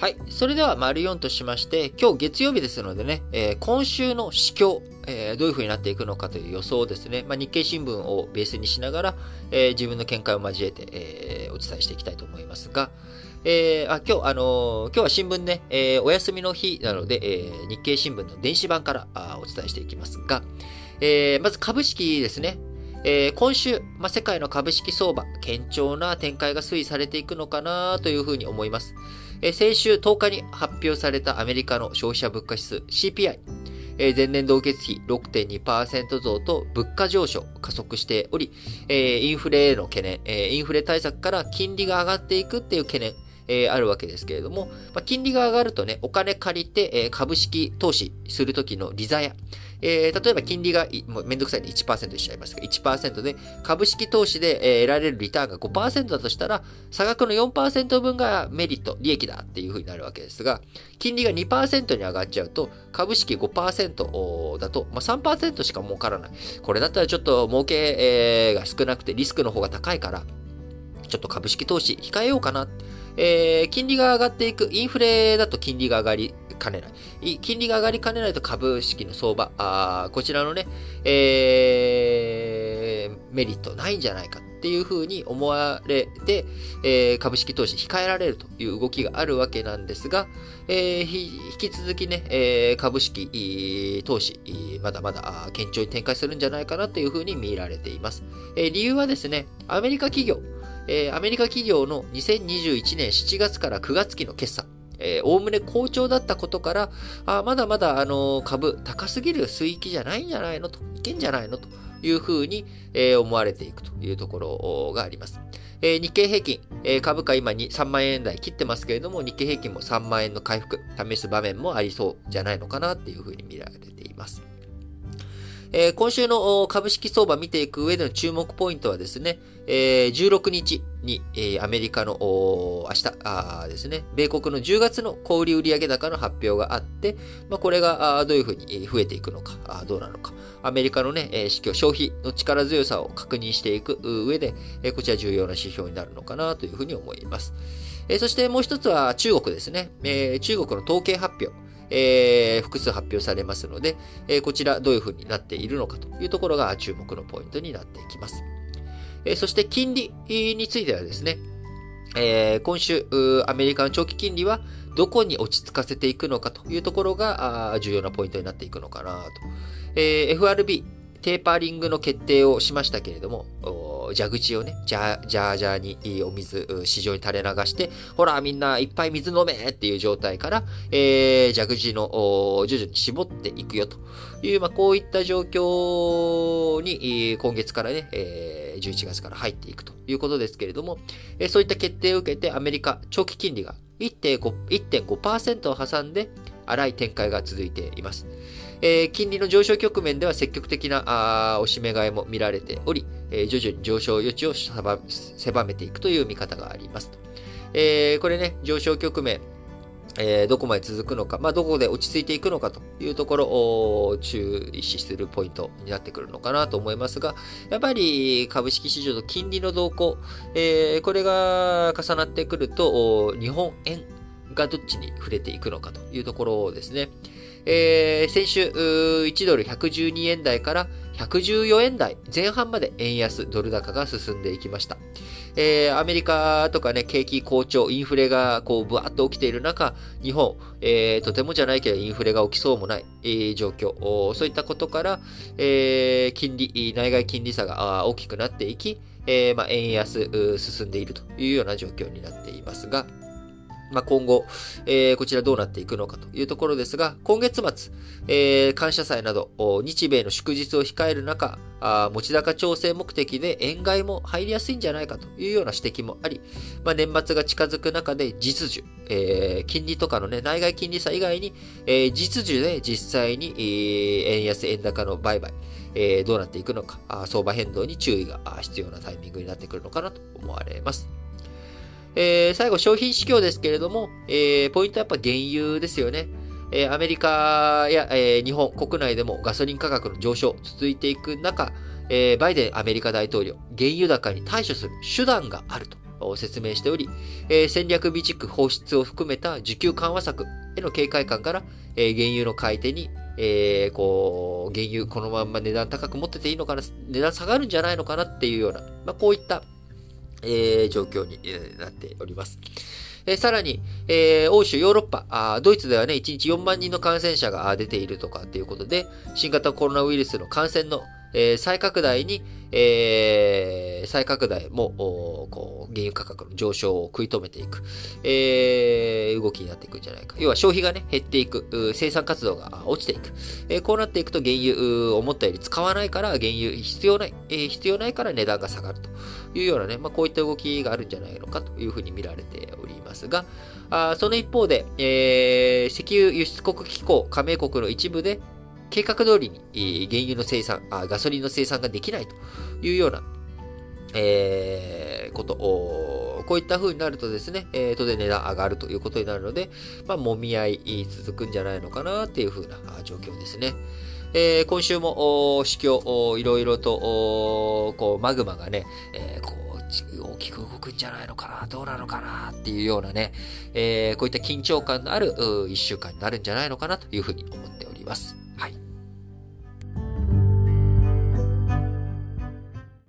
はい。それでは、丸4としまして、今日月曜日ですのでね、今週の市況、どういう風になっていくのかという予想をですね、日経新聞をベースにしながら、自分の見解を交えて、お伝えしていきたいと思いますが、今日は新聞ね、お休みの日なので、日経新聞の電子版からお伝えしていきますが、まず株式ですね。今週、世界の株式相場、堅調な展開が推移されていくのかなというふうに思います。先週10日に発表されたアメリカの消費者物価指数 CPI、前年同月比 6.2% 増と物価上昇加速しており、インフレへの懸念、インフレ対策から金利が上がっていくっていう懸念、あるわけですけれども、金利が上がるとね、お金借りて、株式投資するときの利ざや、例えば金利がもうめんどくさいんで 1% にしちゃいますが、1% で株式投資で得られるリターンが 5% だとしたら、差額の 4% 分がメリット、利益だっていう風になるわけですが、金利が 2% に上がっちゃうと、株式 5% だと、3% しか儲からない。これだったらちょっと儲けが少なくてリスクの方が高いから、ちょっと株式投資控えようかな。金利が上がっていく、インフレだと金利が上がりかねない。金利が上がりかねないと株式の相場、こちらのね、メリットないんじゃないかっていうふうに思われて、株式投資控えられるという動きがあるわけなんですが、引き続きね、株式投資、まだまだ堅調に展開するんじゃないかなというふうに見られています。理由はですね、アメリカ企業の2021年7月から9月期の決算、おおむね好調だったことから、まだまだ株高すぎる水域じゃないんじゃないのと、いけんじゃないのというふうに、思われていくというところがあります。日経平均、株価今に3万円台切ってますけれども、日経平均も3万円の回復、試す場面もありそうじゃないのかなっていうふうに見られています。今週の株式相場見ていく上での注目ポイントはですね、16日に、アメリカの明日ですね、米国の10月の小売売上高の発表があって、これがどういうふうに増えていくのか、どうなのか、アメリカのね、消費の力強さを確認していく上で、こちら重要な指標になるのかなというふうに思います。そしてもう一つは中国ですね。中国の統計発表。複数発表されますので、こちらどういうふうになっているのかというところが注目のポイントになっていきます。そして金利についてはですね、今週、アメリカの長期金利はどこに落ち着かせていくのかというところが重要なポイントになっていくのかなと。FRB、テーパーリングの決定をしましたけれども、蛇口をね、ジャーにお水、市場に垂れ流して、ほら、みんないっぱい水飲めっていう状態から、蛇口の徐々に絞っていくよという、こういった状況に、今月からね、11月から入っていくということですけれども、そういった決定を受けてアメリカ長期金利が 1.5% を挟んで荒い展開が続いています。金利の上昇局面では積極的な押し目買いも見られており、徐々に上昇余地を狭めていくという見方がありますと。これね、上昇局面、どこまで続くのか、どこで落ち着いていくのかというところを注視するポイントになってくるのかなと思いますが、やっぱり株式市場と金利の動向、これが重なってくると、日本円がどっちに触れていくのかというところですね。先週、1ドル112円台から114円台前半まで円安ドル高が進んでいきました。アメリカとかね、景気好調、インフレがブワーッと起きている中、日本、とてもじゃないけどインフレが起きそうもない、状況、そういったことから、内外金利差が大きくなっていき、円安進んでいるというような状況になっていますが、今後、こちらどうなっていくのかというところですが、今月末、感謝祭など、日米の祝日を控える中、持高調整目的で円買いも入りやすいんじゃないかというような指摘もあり、年末が近づく中で実需、金利とかのね、内外金利差以外に、実需で実際に、円安円高の売買、どうなっていくのか、相場変動に注意が必要なタイミングになってくるのかなと思われます。最後、商品市況ですけれども、ポイントはやっぱ原油ですよね。アメリカや、日本国内でもガソリン価格の上昇続いていく中、バイデンアメリカ大統領、原油高に対処する手段があると説明しており、戦略備蓄放出を含めた需給緩和策への警戒感から、原油の買い手に、原油このまんま値段高く持ってていいのかな、値段下がるんじゃないのかなっていうような、こういった、状況になっております。さらに、欧州、ヨーロッパ、ドイツではね、1日4万人の感染者が出ているとかっていうことで、新型コロナウイルスの感染の、再拡大も、原油価格の上昇を食い止めていく、動きになっていくんじゃないか。要は消費がね、減っていく、生産活動が落ちていく。こうなっていくと原油、思ったより使わないから原油必要ない、から値段が下がるというようなね、こういった動きがあるんじゃないのかというふうに見られておりますが、その一方で、石油輸出国機構加盟国の一部で、計画通りに原油の生産、ガソリンの生産ができないというような、こういった風になるとですね、当然値段上がるということになるので、揉み合い続くんじゃないのかなっていう風な状況ですね。今週も、市況、いろいろと、マグマがね、大きく動くんじゃないのかな、どうなのかなっていうようなね、こういった緊張感のある1週間になるんじゃないのかなというふうに思っております。